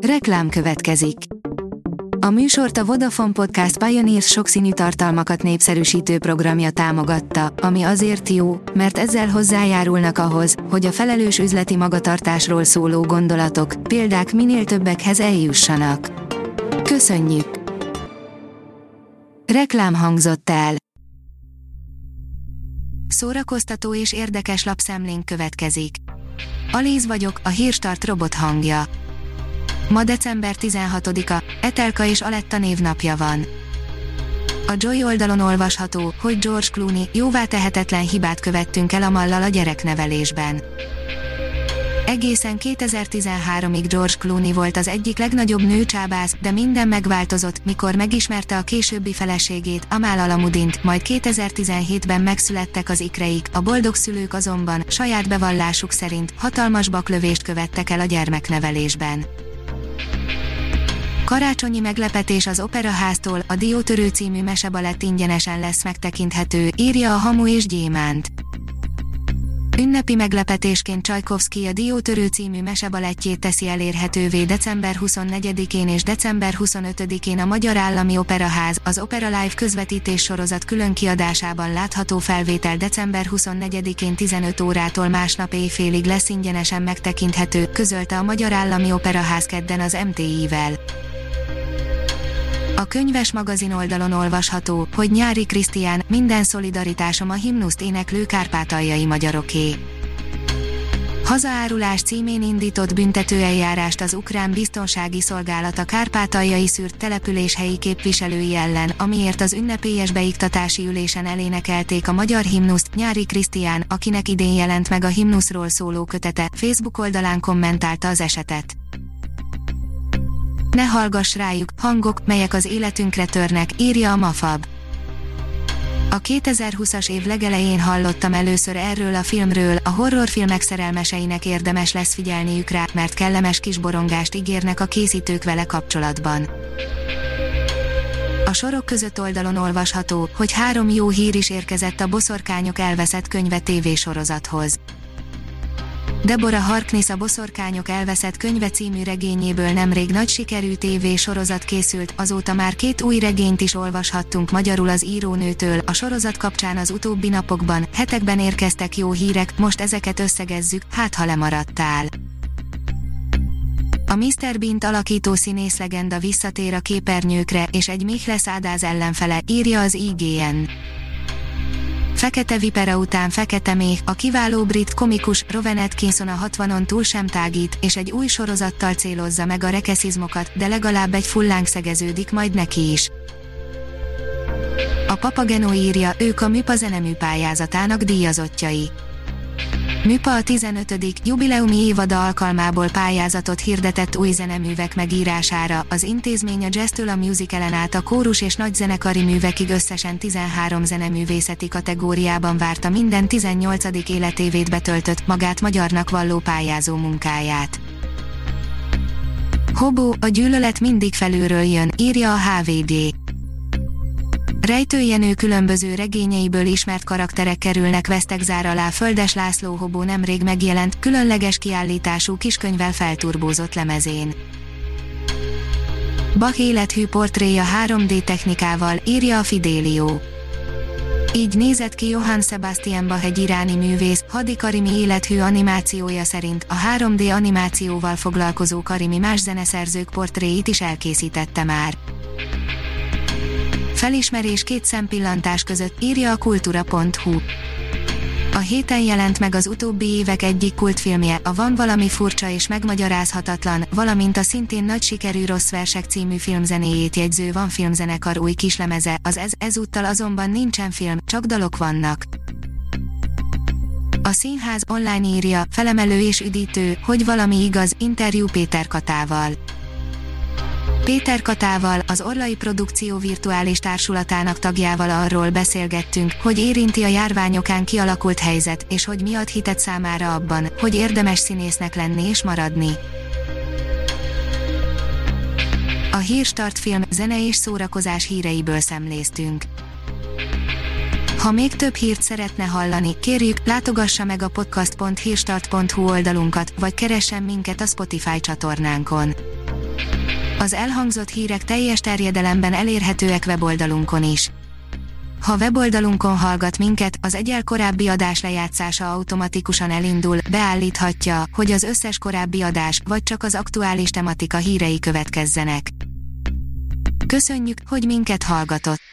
Reklám következik. A műsort a Vodafone Podcast Pioneers sokszínű tartalmakat népszerűsítő programja támogatta, ami azért jó, mert ezzel hozzájárulnak ahhoz, hogy a felelős üzleti magatartásról szóló gondolatok, példák minél többekhez eljussanak. Köszönjük! Reklám hangzott el. Szórakoztató és érdekes lapszemlénk következik. Alíz vagyok, a Hírstart robot hangja. Ma december 16-a, Etelka és Aletta névnapja van. A Joy oldalon olvasható, hogy George Clooney: jóvá tehetetlen hibát követtünk el Amallal a gyereknevelésben. Egészen 2013-ig George Clooney volt az egyik legnagyobb nőcsábász, de minden megváltozott, mikor megismerte a későbbi feleségét, Amal Alamudint, majd 2017-ben megszülettek az ikreik, a boldog szülők azonban, saját bevallásuk szerint, hatalmas baklövést követtek el a gyermeknevelésben. Karácsonyi meglepetés az Operaháztól, a Diótörő című mesebalett ingyenesen lesz megtekinthető, írja a Hamu és Gyémánt. Ünnepi meglepetésként Csajkovszky a Diótörő című mesebalettjét teszi elérhetővé december 24-én és december 25-én a Magyar Állami Operaház, az Opera Live közvetítés sorozat külön kiadásában látható felvétel december 24-én 15 órától másnap éjfélig lesz ingyenesen megtekinthető, közölte a Magyar Állami Operaház kedden az MTI-vel. A Könyves magazin oldalon olvasható, hogy Nyári Krisztián: minden szolidaritásom a himnuszt éneklő kárpátaljai magyaroké. Hazaárulás címén indított büntetőeljárást az ukrán biztonsági szolgálat a kárpátaljai szűrt településhelyi képviselői ellen, amiért az ünnepélyes beiktatási ülésen elénekelték a magyar himnuszt. Nyári Krisztián, akinek idén jelent meg a himnuszról szóló kötete, Facebook oldalán kommentálta az esetet. Ne hallgass rájuk, hangok, melyek az életünkre törnek, írja a Mafab. A 2020-as év legelején hallottam először erről a filmről, a horrorfilmek szerelmeseinek érdemes lesz figyelniük rá, mert kellemes kis borongást ígérnek a készítők vele kapcsolatban. A sorok között oldalon olvasható, hogy 3 jó hír is érkezett a Boszorkányok elveszett könyve tévésorozathoz. Deborah Harkness a Boszorkányok elveszett könyve című regényéből nemrég nagy sikerű tévésorozat készült, azóta már 2 új regényt is olvashattunk magyarul az írónőtől. A sorozat kapcsán az utóbbi napokban, hetekben érkeztek jó hírek, most ezeket összegezzük, hát ha lemaradtál. A Mr. Beant alakító színészlegenda visszatér a képernyőkre, és egy Mich lesz Ádáz ellenfele, írja az IGN. Fekete vipera után fekete méh, a kiváló brit komikus Rowan Atkinson a 60-on túl sem tágít, és egy új sorozattal célozza meg a rekeszizmokat, de legalább egy fullánk szegeződik majd neki is. A Papageno írja, ők a MÜPA zenemű pályázatának díjazottjai. MÜPA a 15. jubileumi évada alkalmából pályázatot hirdetett új zeneművek megírására, az intézmény a jazztől a musicalen át a kórus és nagyzenekari művekig összesen 13 zeneművészeti kategóriában várta minden 18. életévét betöltött, magát magyarnak valló pályázó munkáját. Hobo, a gyűlölet mindig felülről jön, írja a HVD. Rejtő Jenő különböző regényeiből ismert karakterek kerülnek vesztegzár alá. Földes László Hobo nemrég megjelent, különleges kiállítású kiskönyvvel felturbózott lemezén. Bach élethű portréja 3D technikával, írja a Fidelio. Így nézett ki Johann Sebastian Bach, egy iráni művész, Hadi Karimi élethű animációja szerint. A 3D animációval foglalkozó Karimi más zeneszerzők portréit is elkészítette már. Felismerés 2 szempillantás között, írja a kultura.hu. A héten jelent meg az utóbbi évek egyik kultfilmje, a Van valami furcsa és megmagyarázhatatlan, valamint a szintén nagy sikerű Rossz versek című filmzenéjét jegyző Van filmzenekar új kislemeze, az ezúttal azonban nincsen film, csak dalok vannak. A Színház online írja, felemelő és üdítő, hogy valami igaz, interjú Péter Katával. Péter Katával, az Orlai Produkció virtuális társulatának tagjával arról beszélgettünk, hogy érinti a járványokán kialakult helyzet, és hogy mi ad hitet számára abban, hogy érdemes színésznek lenni és maradni. A Hírstart film, zene és szórakozás híreiből szemléztünk. Ha még több hírt szeretne hallani, kérjük, látogassa meg a podcast.hírstart.hu oldalunkat, vagy keressen minket a Spotify csatornánkon. Az elhangzott hírek teljes terjedelemben elérhetőek weboldalunkon is. Ha weboldalunkon hallgat minket, az egyel korábbi adás lejátszása automatikusan elindul, beállíthatja, hogy az összes korábbi adás, vagy csak az aktuális tematika hírei következzenek. Köszönjük, hogy minket hallgatott!